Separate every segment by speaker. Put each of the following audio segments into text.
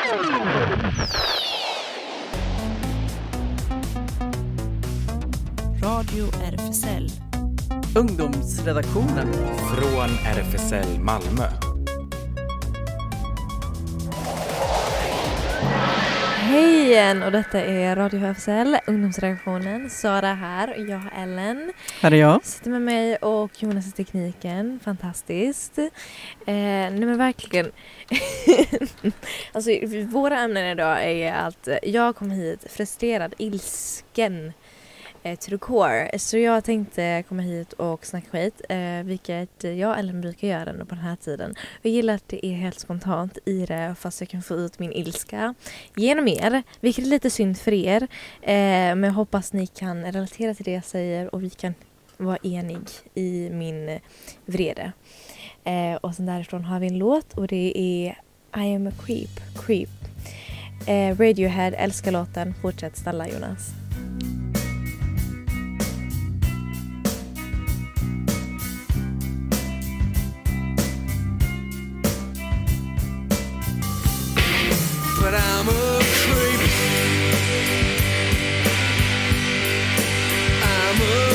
Speaker 1: Radio RFSL.
Speaker 2: Ungdomsredaktionen
Speaker 3: från RFSL Malmö.
Speaker 1: Hej igen, och detta är Radio RFSL, ungdomsredaktionen. Sara här och jag har Ellen.
Speaker 2: Här är jag.
Speaker 1: Sitter med mig och Jonas i tekniken. Fantastiskt. Nej men verkligen. Alltså våra ämnen idag är att jag kom hit frustrerad, ilsken to the core. Så jag tänkte komma hit och snacka skit, vilket jag och Ellen brukar göra på den här tiden. Jag gillar att det är helt spontant i det, fast jag kan få ut min ilska genom er, vilket är lite synd för er. Men jag hoppas ni kan relatera till det jag säger och vi kan vara enig i min vrede. Och sen därifrån har vi en låt och det är I am a creep. Radiohead, älskar låten. Fortsätt ställa, Jonas.
Speaker 4: But I'm a creep. I'm a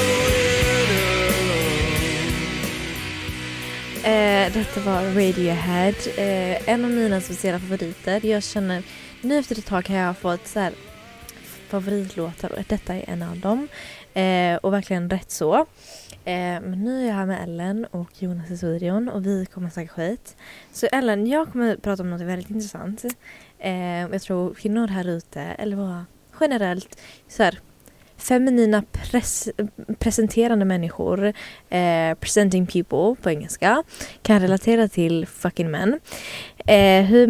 Speaker 4: widow.
Speaker 1: Detta var Radiohead. En av mina speciella favoriter. Jag känner, nu efter ett tag har jag fått så här favoritlåtar och detta är en av dem. Och verkligen rätt så. Men nu är jag här med Ellen och Jonas i studion och vi kommer snacka skit. Så Ellen, jag kommer prata om något väldigt intressant. Jag tror kvinnor här ute, eller vad generellt, så här, feminina presenterande människor, presenting people på engelska, kan relatera till fucking män. Hur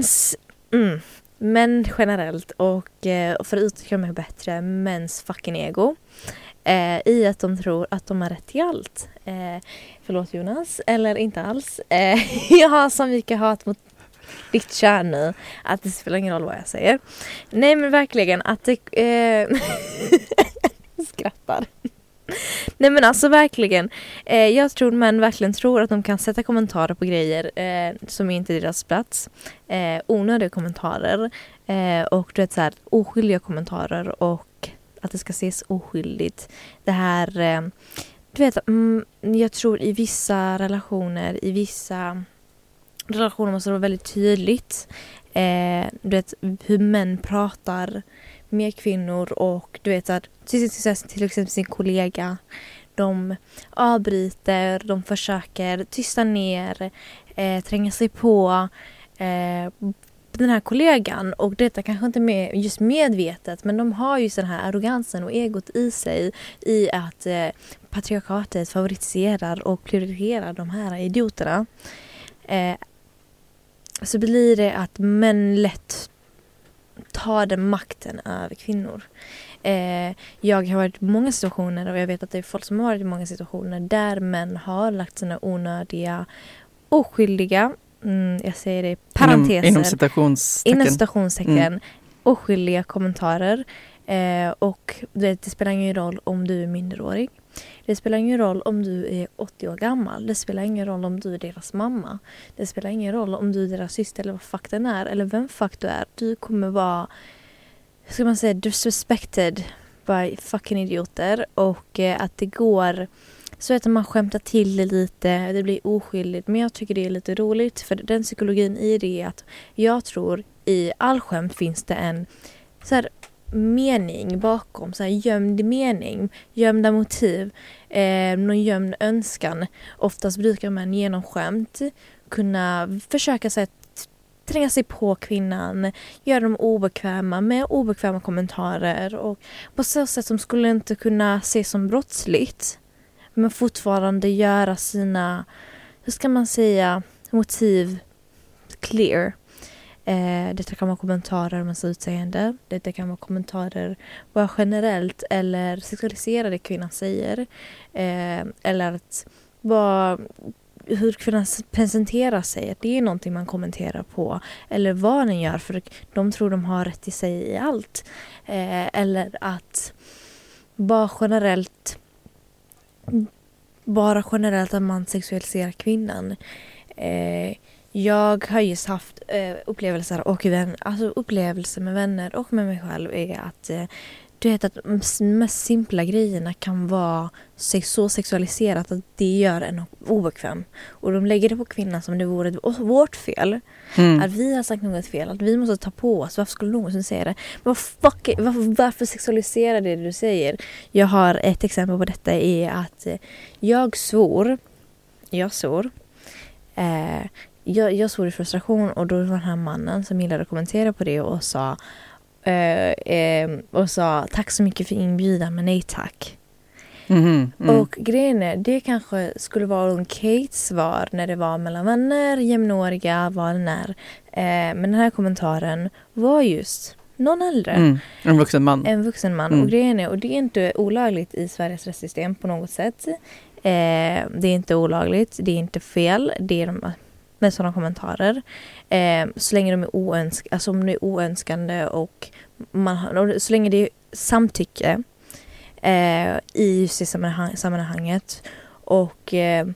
Speaker 1: män generellt och för att uttrycka mig bättre, mäns fucking ego. I att de tror att de har rätt till allt. Förlåt Jonas, eller inte alls. Jag har så mycket hat mot ditt kön nu att det spelar ingen roll vad jag säger. Nej men verkligen att det skrattar. Nej men alltså verkligen, jag tror män verkligen tror att de kan sätta kommentarer på grejer som är inte deras plats. Onödiga kommentarer och du vet så här, oskyldiga kommentarer och att det ska ses oskyldigt. Det här, du vet, jag tror i vissa relationer måste det vara väldigt tydligt. Du vet hur män pratar med kvinnor och du vet att till exempel sin kollega, de avbryter, de försöker tysta ner, tränga sig på den här kollegan, och detta kanske inte är just medvetet, men de har ju den här arrogansen och egot i sig i att patriarkatet favoriserar och prioriterar de här idioterna. Så blir det att män lätt tar den makten över kvinnor. Jag har varit i många situationer och jag vet att det är folk som har varit i många situationer där män har lagt sina onödiga, oskyldiga, jag säger det i parenteser, inom citationstecken, oskyldiga kommentarer. Och det spelar ingen roll om du är minderårig. Det spelar ingen roll om du är 80 år gammal. Det spelar ingen roll om du är deras mamma. Det spelar ingen roll om du är deras syster eller vad fuck den är. Eller vem fuck du är. Du kommer vara, hur ska man säga, disrespected by fucking idioter. Och att det går så att man skämtar till det lite. Det blir oskyldigt. Men jag tycker det är lite roligt. För den psykologin i det är att jag tror i all skämt finns det en så här mening bakom, så här gömd mening, gömda motiv, någon gömd önskan. Oftast brukar man genom skämt kunna försöka så här, tränga sig på kvinnan, göra dem obekväma med obekväma kommentarer och på så sätt som skulle inte kunna ses som brottsligt, men fortfarande göra sina, hur ska man säga, motiv clear. Detta kan vara kommentarer om ens utseende. Detta kan vara kommentarer vad generellt eller sexualiserade kvinnan säger. Eller att hur kvinnan presenterar sig. Det är någonting man kommenterar på. Eller vad den gör, för de tror de har rätt i sig i allt. Eller att bara generellt att man sexualiserar kvinnan. jag har just haft upplevelser med vänner och med mig själv är att du vet att de mest simpla grejerna kan vara så sexualiserat att det gör en obekväm. Och de lägger det på kvinnan som det vore vårt fel. Att vi har sagt något fel. Att vi måste ta på oss. Varför skulle någon säga det? Men varför sexualisera det du säger? Jag har ett exempel på detta är att jag svor i frustration och då var den här mannen som gillade att kommentera på det och sa tack så mycket för inbjudan men nej tack. Och grejen är, det kanske skulle vara Kates svar när det var mellan vänner, jämnåriga, vad den är. Men den här kommentaren var just någon äldre.
Speaker 2: En vuxen man.
Speaker 1: Och grejen är, och det är inte olagligt i Sveriges rättssystem på något sätt. Det är inte olagligt, det är inte fel, det är med sådana kommentarer. Så länge de är om det är oönskande och så länge det är samtycke i just det sammanhanget. Och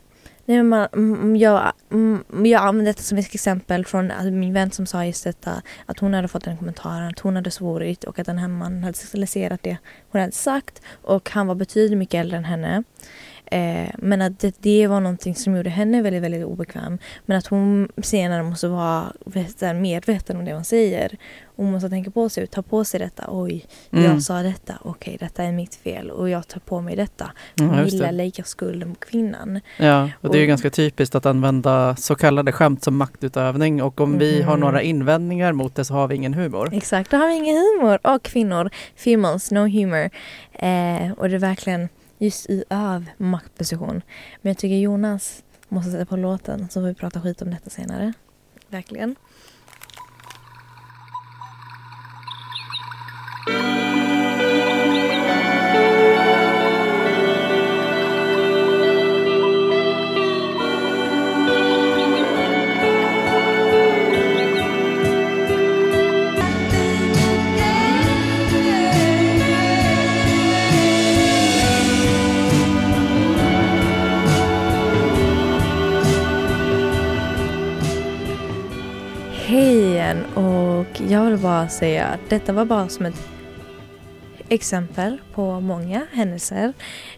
Speaker 1: jag använder detta som ett exempel från min vän som sa just detta, att hon hade fått den kommentaren, att hon hade svorit och att den här mannen hade sexualiserat det hon hade sagt och han var betydligt mycket äldre än henne. Men att det var någonting som gjorde henne väldigt, väldigt obekväm. Men att hon senare måste vara medveten om det hon säger. Hon måste tänka på sig, ta på sig detta. Oj, jag sa detta. Okej, detta är mitt fel. Och jag tar på mig detta. Hon gillar lägga skulden på kvinnan.
Speaker 2: Ja, och det är ju ganska typiskt att använda så kallade skämt som maktutövning. Och om vi har några invändningar mot det så har vi ingen humor.
Speaker 1: Exakt, då har vi ingen humor. Och kvinnor, females, no humor. Och det är verkligen just i maktposition. Men jag tycker Jonas måste sätta på låten så får vi prata skit om detta senare. Verkligen. Och jag vill bara säga att detta var bara som ett exempel på många händelser.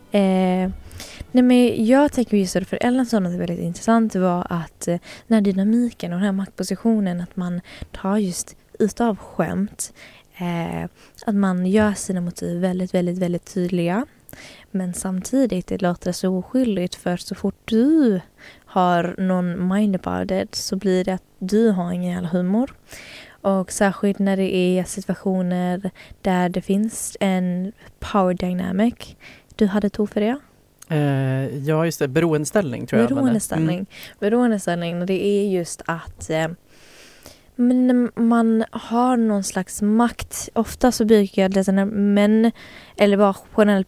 Speaker 1: Men jag tänker just det, för Ellen sa något väldigt intressant var att den här dynamiken och den här maktpositionen, att man tar just utav skämt, att man gör sina motiv väldigt, väldigt, väldigt tydliga. Men samtidigt det låter det så oskyldigt, för så fort du har någon mind about it så blir det att du har ingen jävla humor. Och särskilt när det är situationer där det finns en power dynamic. Du hade tog för det?
Speaker 2: Ja, just det. Beroendeställning tror jag.
Speaker 1: Beroendeställning. Och det är just att man har någon slags makt. Ofta så brukar män eller bara generellt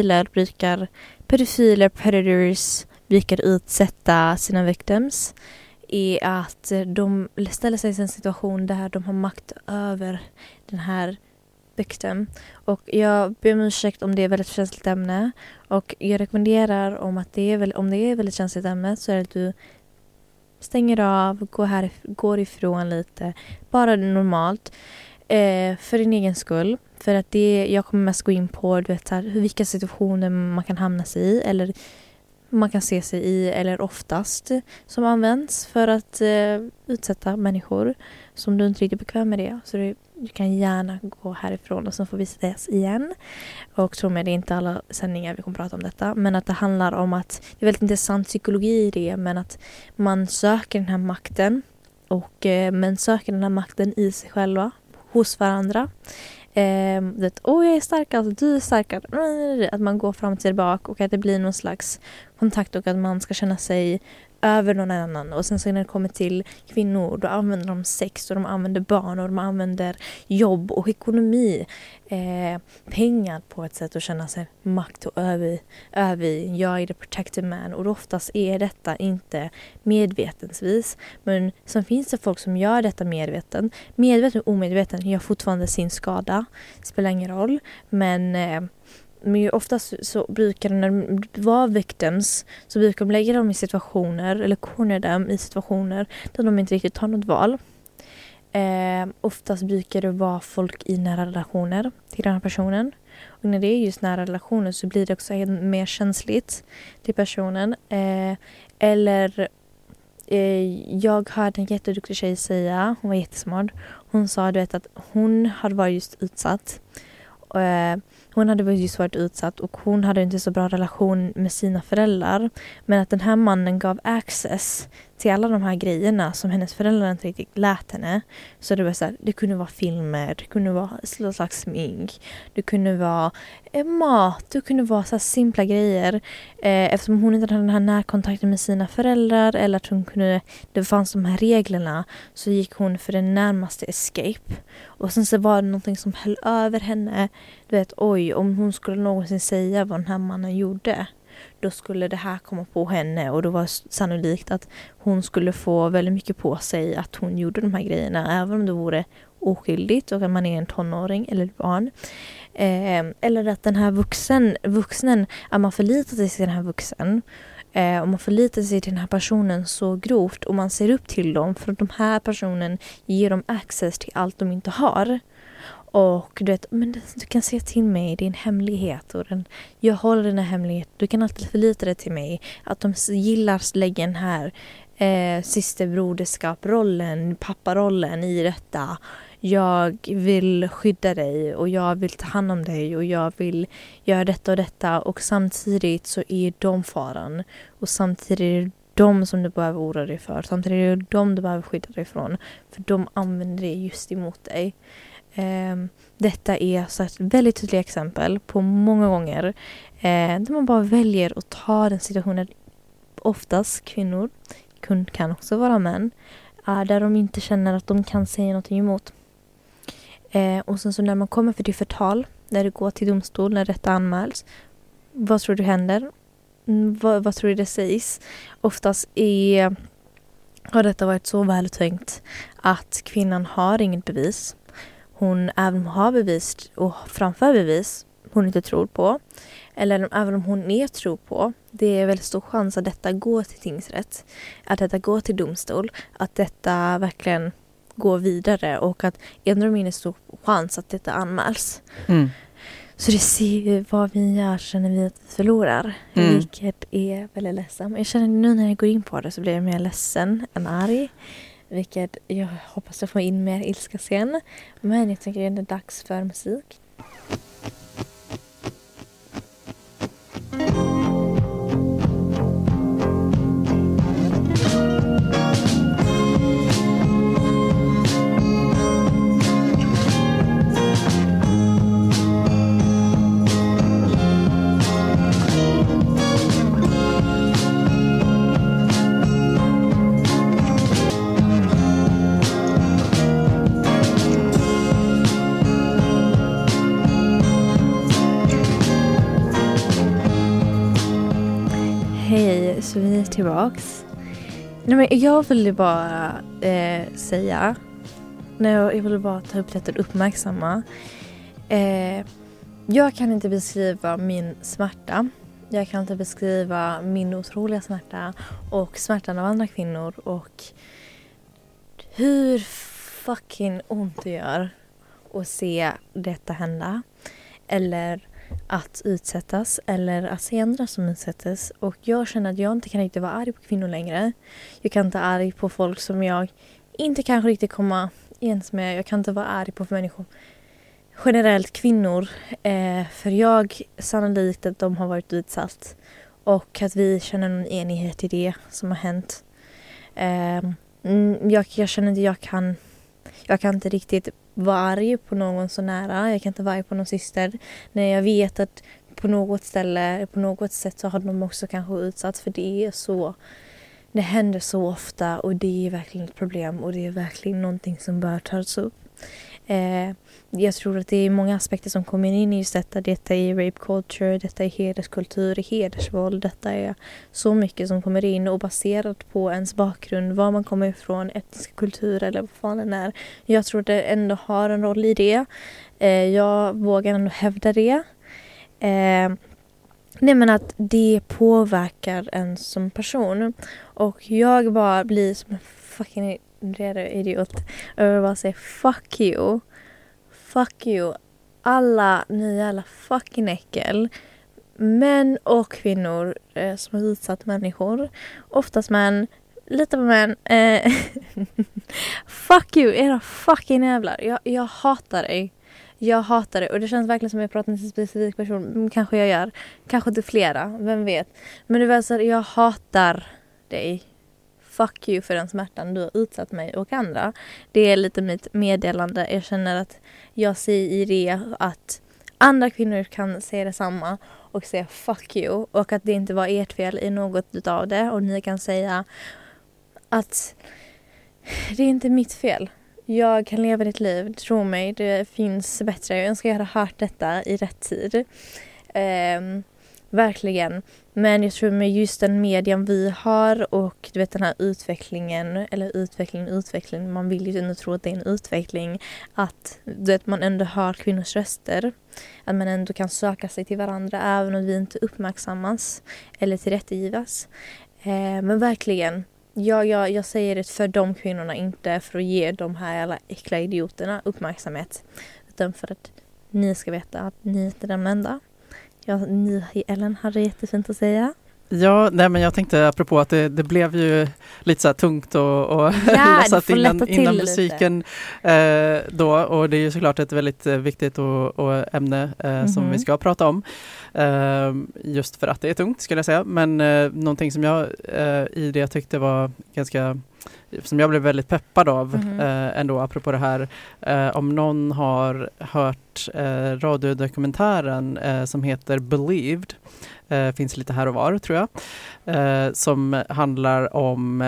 Speaker 1: predators brukar utsätta sina victims är att de ställer sig i en situation där de har makt över den här victim. Och jag ber om ursäkt om det är väldigt känsligt ämne. Och jag rekommenderar om det är väldigt känsligt ämne så är det att du stänger av, går ifrån lite. Bara normalt. För din egen skull. För att jag kommer mest gå in på vilka situationer man kan hamna sig i. Eller man kan se sig i, eller oftast som används för att utsätta människor som du inte riktigt är bekväm med det. Så du kan gärna gå härifrån och så får vi ses igen. Och tro mig, det är inte alla sändningar vi kommer prata om detta. Men att det handlar om att det är väldigt intressant psykologi i det. Men att man söker den här makten. Men söker den här makten i sig själva. Hos varandra. Jag är stark, alltså du är starkare. Att man går fram och tillbaka och att det blir någon slags kontakt och att man ska känna sig över någon annan. Och sen så när det kommer till kvinnor, då använder de sex och de använder barn och de använder jobb och ekonomi, pengar på ett sätt att känna sig makt och över. Jag är the protected man, och oftast är detta inte medvetensvis. Men sen finns det folk som gör detta medveten och omedveten, gör fortfarande sin skada. Spelar ingen roll, men men oftast så brukar när de var victims så brukar de lägga dem i situationer eller corner dem i situationer där de inte riktigt har något val. Oftast brukar det vara folk i nära relationer till den här personen. Och när det är just nära relationer så blir det också mer känsligt till personen. Jag hörde en jätteduktig tjej säga, hon var jättesmart. Hon sa att hon hade varit just utsatt. Hon hade just varit utsatt och hon hade inte så bra relation med sina föräldrar. Men att den här mannen gav access till alla de här grejerna som hennes föräldrar inte riktigt lät henne. Så det var så här, det kunde vara filmer, det kunde vara någon slags smink, det kunde vara mat, det kunde vara så här simpla grejer. Eftersom hon inte hade den här närkontakten med sina föräldrar eller att det fanns de här reglerna, så gick hon för den närmaste escape. Och sen så var det någonting som höll över henne. Du vet, om hon skulle någonsin säga vad den här mannen gjorde, då skulle det här komma på henne och då var det sannolikt att hon skulle få väldigt mycket på sig att hon gjorde de här grejerna, även om det vore oskyldigt och att man är en tonåring eller ett barn. Eller att den här vuxnen, att man förlitar sig till den här vuxen och man förlitar sig till den här personen så grovt och man ser upp till dem för att de här personen ger dem access till allt de inte har. Och du vet, men du kan säga till mig, det är en hemlighet och jag håller den här hemligheten. Du kan alltid förlita dig till mig. Att de gillar lägga den här systerbroderskap-rollen, papparollen i detta. Jag vill skydda dig och jag vill ta hand om dig och jag vill göra detta och detta. Och samtidigt så är de faran. Och samtidigt är det de som du behöver oroa dig för. Samtidigt är det de du behöver skydda dig från. För de använder det just emot dig. Detta är så ett väldigt tydligt exempel på många gånger där man bara väljer att ta den situationen, oftast kvinnor, kan också vara män, där de inte känner att de kan säga någonting emot. Och sen så när man kommer för det förtal, när det går till domstol, när detta anmäls, vad tror du händer? Vad tror du det sägs? Oftast har detta varit så vältänkt att kvinnan har inget bevis. Hon även har bevis och framför bevis hon inte tror på. Eller även om hon är tror på. Det är väldigt stor chans att detta går till tingsrätt. Att detta går till domstol. Att detta verkligen går vidare. Och att ännu mer stor chans att detta anmäls. Mm. Så det ser vad vi gör känner vi att vi förlorar. Vilket är väldigt ledsamt. Jag känner nu när jag går in på det så blir jag mer ledsen än arg. Vilket jag hoppas att få in mer ilska sen. Men jag tänker att det är dags för musik. Hej, så vi är tillbaks. Nej, men jag ville bara säga, jag ville bara ta upp detta och uppmärksamma. Jag kan inte beskriva min smärta. Jag kan inte beskriva min otroliga smärta och smärtan av andra kvinnor och hur fucking ont det gör att se detta hända. Eller att utsättas eller att se andra som utsättas. Och jag känner att jag inte kan riktigt vara arg på kvinnor längre. Jag kan inte vara arg på folk som jag inte kanske riktigt komma ens med. Jag kan inte vara arg på människor. Generellt kvinnor. För jag sannolikt att de har varit utsatt. Och att vi känner någon enighet i det som har hänt. Jag känner inte jag kan inte riktigt vara arg på någon så nära. Jag kan inte vara arg på någon syster. När jag vet att på något ställe, på något sätt så har de också kanske utsatts. För det är så. Det händer så ofta och det är verkligen ett problem. Och det är verkligen någonting som bör tas upp. Jag tror att det är många aspekter som kommer in i just detta. Detta är rape culture, detta är hederskultur, hedersvåld. Detta är så mycket som kommer in och baserat på ens bakgrund, var man kommer ifrån, etnisk kultur eller vad fan den är. Jag tror att det ändå har en roll i det. Jag vågar ändå hävda det. Nej, men att det påverkar en som person. Och jag bara blir som en fucking idiot. Och jag bara säger fuck you. Fuck you. Alla ni jävla fucking äckel. Män och kvinnor som har utsatt människor. Oftast män. Lite på män. Fuck you, era fucking jävlar. Jag hatar dig. Jag hatar det. Och det känns verkligen som jag pratar till en specifik person. Kanske jag gör. Kanske till flera. Vem vet. Men det var så här, jag hatar dig. Fuck you för den smärtan du har utsatt mig och andra. Det är lite mitt meddelande. Jag känner att jag ser i det att andra kvinnor kan säga detsamma och säga fuck you. Och att det inte var ert fel i något utav det. Och ni kan säga att det är inte mitt fel. Jag kan leva ditt liv, tro mig, det finns bättre. Jag önskar jag hade hört detta i rätt tid. Verkligen. Men jag tror med just den median vi har och du vet den här utvecklingen, eller utveckling. Man vill ju ändå tro att det är en utveckling. Att du vet, man ändå hör kvinnors röster. Att man ändå kan söka sig till varandra även om vi inte uppmärksammas eller tillrättagivas. Men verkligen. Jag säger det för de kvinnorna, inte för att ge de här alla äckla idioterna uppmärksamhet. Utan för att ni ska veta att ni inte är den enda. Ni, Ellen, hade jättefint att säga.
Speaker 2: Ja, nej, men jag tänkte apropå att det blev ju lite så här tungt och läsat innan musiken då. Och det är ju såklart ett väldigt viktigt och ämne som vi ska prata om. Just för att det är tungt skulle jag säga. Men någonting som jag i det tyckte var ganska, som jag blev väldigt peppad av ändå apropå det här. Om någon har hört radiodokumentären som heter Believed. Finns lite här och var tror jag. Som handlar om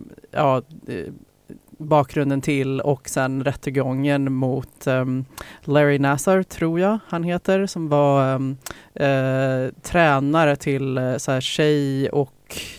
Speaker 2: bakgrunden till och sen rättegången mot Larry Nassar tror jag han heter. Som var tränare till så här, tjej- och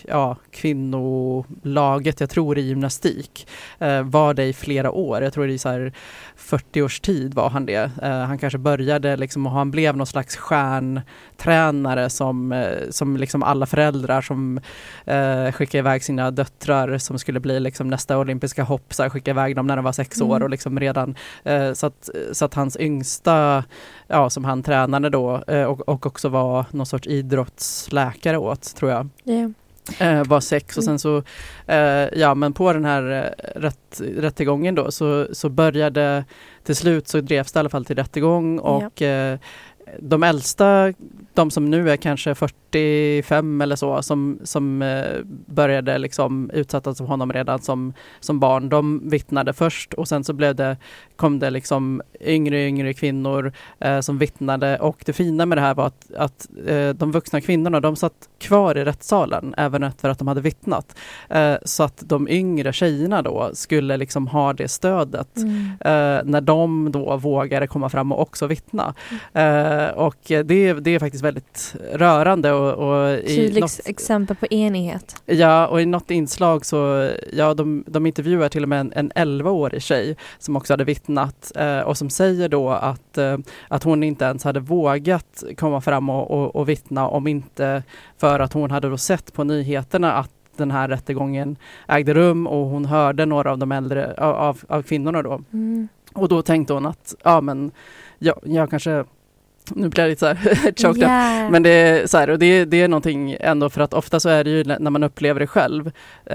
Speaker 2: kvinnolaget, jag tror i gymnastik, var det i flera år. Jag tror det är så här 40 års tid var han det. Han kanske började liksom, och han blev någon slags stjärntränare som liksom alla föräldrar som skickade iväg sina döttrar som skulle bli liksom nästa olympiska hopp, så här, skickade iväg dem när de var 6 år och liksom redan så att hans yngsta som han tränade då och också var någon sorts idrottsläkare åt, tror jag. Yeah. Var 6 och sen så men på den här rättegången då så började till slut så drevs det i alla fall till rättegång och de äldsta, de som nu är kanske 45 eller så, som började liksom utsättas av honom redan som barn, de vittnade först och sen så kom det liksom yngre kvinnor som vittnade, och det fina med det här var att de vuxna kvinnorna, de satt kvar i rättssalen även efter att de hade vittnat, så att de yngre tjejerna då skulle liksom ha det stödet när de då vågade komma fram och också vittna. Och det är faktiskt väldigt rörande och i något
Speaker 1: exempel på enighet.
Speaker 2: Ja, och i något inslag så de intervjuar till och med en 11-årig tjej som också hade vittnat och som säger då att hon inte ens hade vågat komma fram och vittna om inte för att hon hade då sett på nyheterna att den här rättegången ägde rum och hon hörde några av de äldre av kvinnorna då. Och då tänkte hon att jag kanske, nu blir det lite så här choked up. Men det är så här, och det är någonting ändå, för att ofta så är det ju när man upplever det själv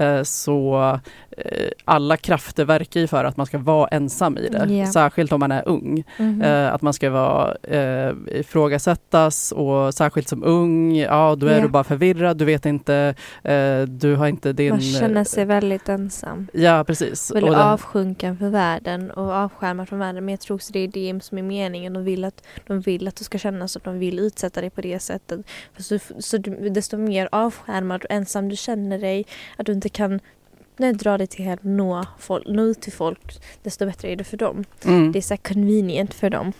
Speaker 2: så alla krafter verkar ju för att man ska vara ensam i det. Särskilt om man är ung. Att man ska vara ifrågasättas, och särskilt som ung, då är du bara förvirrad, du vet inte, du har inte din...
Speaker 1: Man känner sig väldigt ensam.
Speaker 2: Ja, precis.
Speaker 1: Väldigt avsjunken för världen och avskärmad från världen. Men jag tror också det är det som är meningen. De vill att du ska känna så att de vill utsätta dig på det sättet. Så desto mer avskärmad och ensam du känner dig, att du inte kan dra dig till att nå ut till folk, desto bättre är det för dem. Det är så convenient för dem.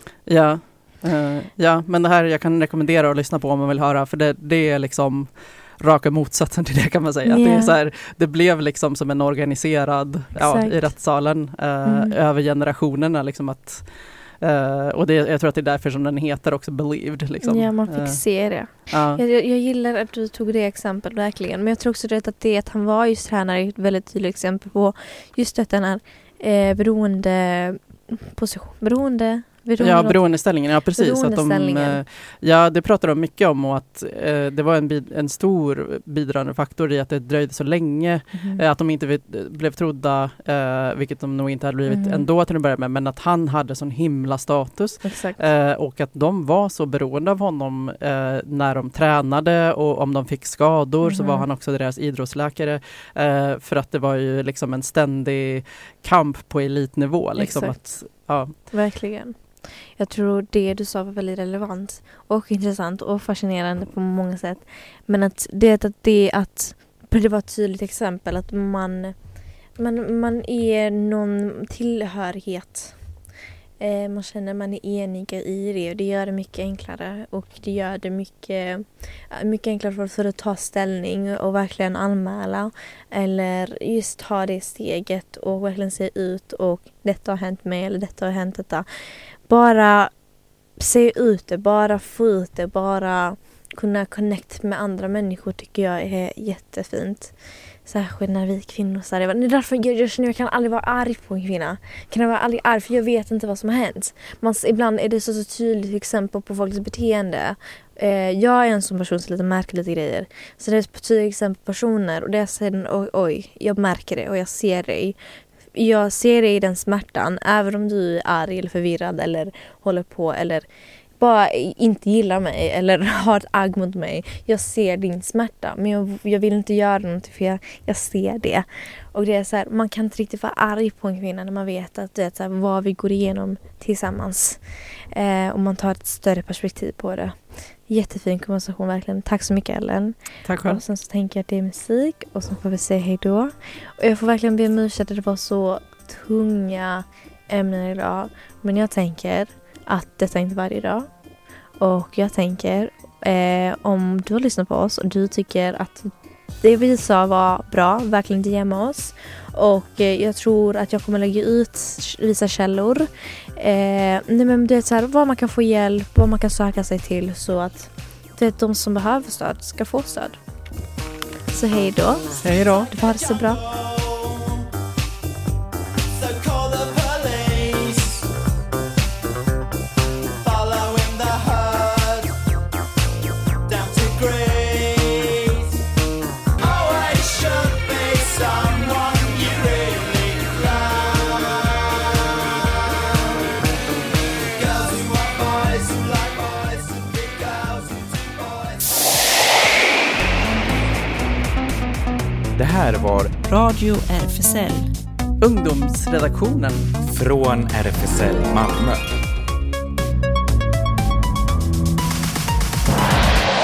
Speaker 2: Ja, men det här jag kan rekommendera att lyssna på om man vill höra, för det är liksom raka motsatsen till det, kan man säga. Att det är så här, det blev liksom som en organiserad i rättssalen över generationerna, liksom att Och jag tror att det är därför som den heter också Believed. Liksom.
Speaker 1: Ja, man fick se det.
Speaker 2: Ja.
Speaker 1: Jag gillar att du tog det exempel verkligen. Men jag tror också att han var just tränare är ett väldigt tydligt exempel på just att den här
Speaker 2: beroendeställningen. Ja, precis. Att det pratar de mycket om och att det var en stor bidragande faktor i att det dröjde så länge. Att de inte blev trodda, vilket de nog inte hade blivit ändå till att börja med, men att han hade sån himla status. Och att de var så beroende av honom när de tränade, och om de fick skador så var han också deras idrottsläkare. För att det var ju liksom en ständig kamp på elitnivå. Liksom,
Speaker 1: Verkligen. Jag tror det du sa var väldigt relevant och intressant och fascinerande på många sätt. Men att det var ett tydligt exempel att man är någon tillhörighet. Man känner man är eniga i det, och det gör det mycket enklare, och det gör det mycket enklare för att ta ställning och verkligen anmäla eller just ta det steget och verkligen se ut och detta har hänt mig eller detta har hänt detta. Bara se ut det, bara få ut det, bara kunna connect med andra människor tycker jag är jättefint. Särskilt när vi kvinnor så här. Det är därför jag känner att jag kan aldrig vara arg på en kvinna. Kan jag vara aldrig arg för jag vet inte vad som har hänt. Ibland är det så tydligt exempel på folks beteende. Jag är en sån person som lite märker lite grejer. Så det är ett tydligt exempel på personer. Och det är sen, oj, jag märker det och jag ser det. Jag ser det i den smärtan. Även om du är arg eller förvirrad eller håller på eller bara inte gillar mig eller har ett agg mot mig. Jag ser din smärta, men jag vill inte göra något för jag ser det. Och det är så här, man kan inte riktigt vara arg på en kvinna när man vet att det är så här, vad vi går igenom tillsammans. Och man tar ett större perspektiv på det. Jättefin konversation verkligen. Tack så mycket, Ellen.
Speaker 2: Tack själv.
Speaker 1: Och sen så tänker jag att det är musik och så får vi säga hej då. Och jag får verkligen be om ursäkt att det var så tunga ämnen idag. Men jag tänker att detta är inte varje dag. Och jag tänker, om du har lyssnat på oss och du tycker att det vi sa var bra, verkligen DMa oss. Och jag tror att jag kommer lägga ut vissa källor. Men det är så här, vad man kan få hjälp, vad man kan söka sig till så att de som behöver stöd ska få stöd. Så hej då.
Speaker 2: Hej då.
Speaker 1: Du får ha det så bra.
Speaker 3: Det här var
Speaker 5: Radio RFSL.
Speaker 2: Ungdomsredaktionen
Speaker 3: från RFSL Malmö.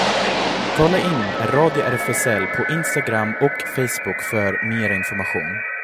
Speaker 3: Kolla in Radio RFSL på Instagram och Facebook för mer information.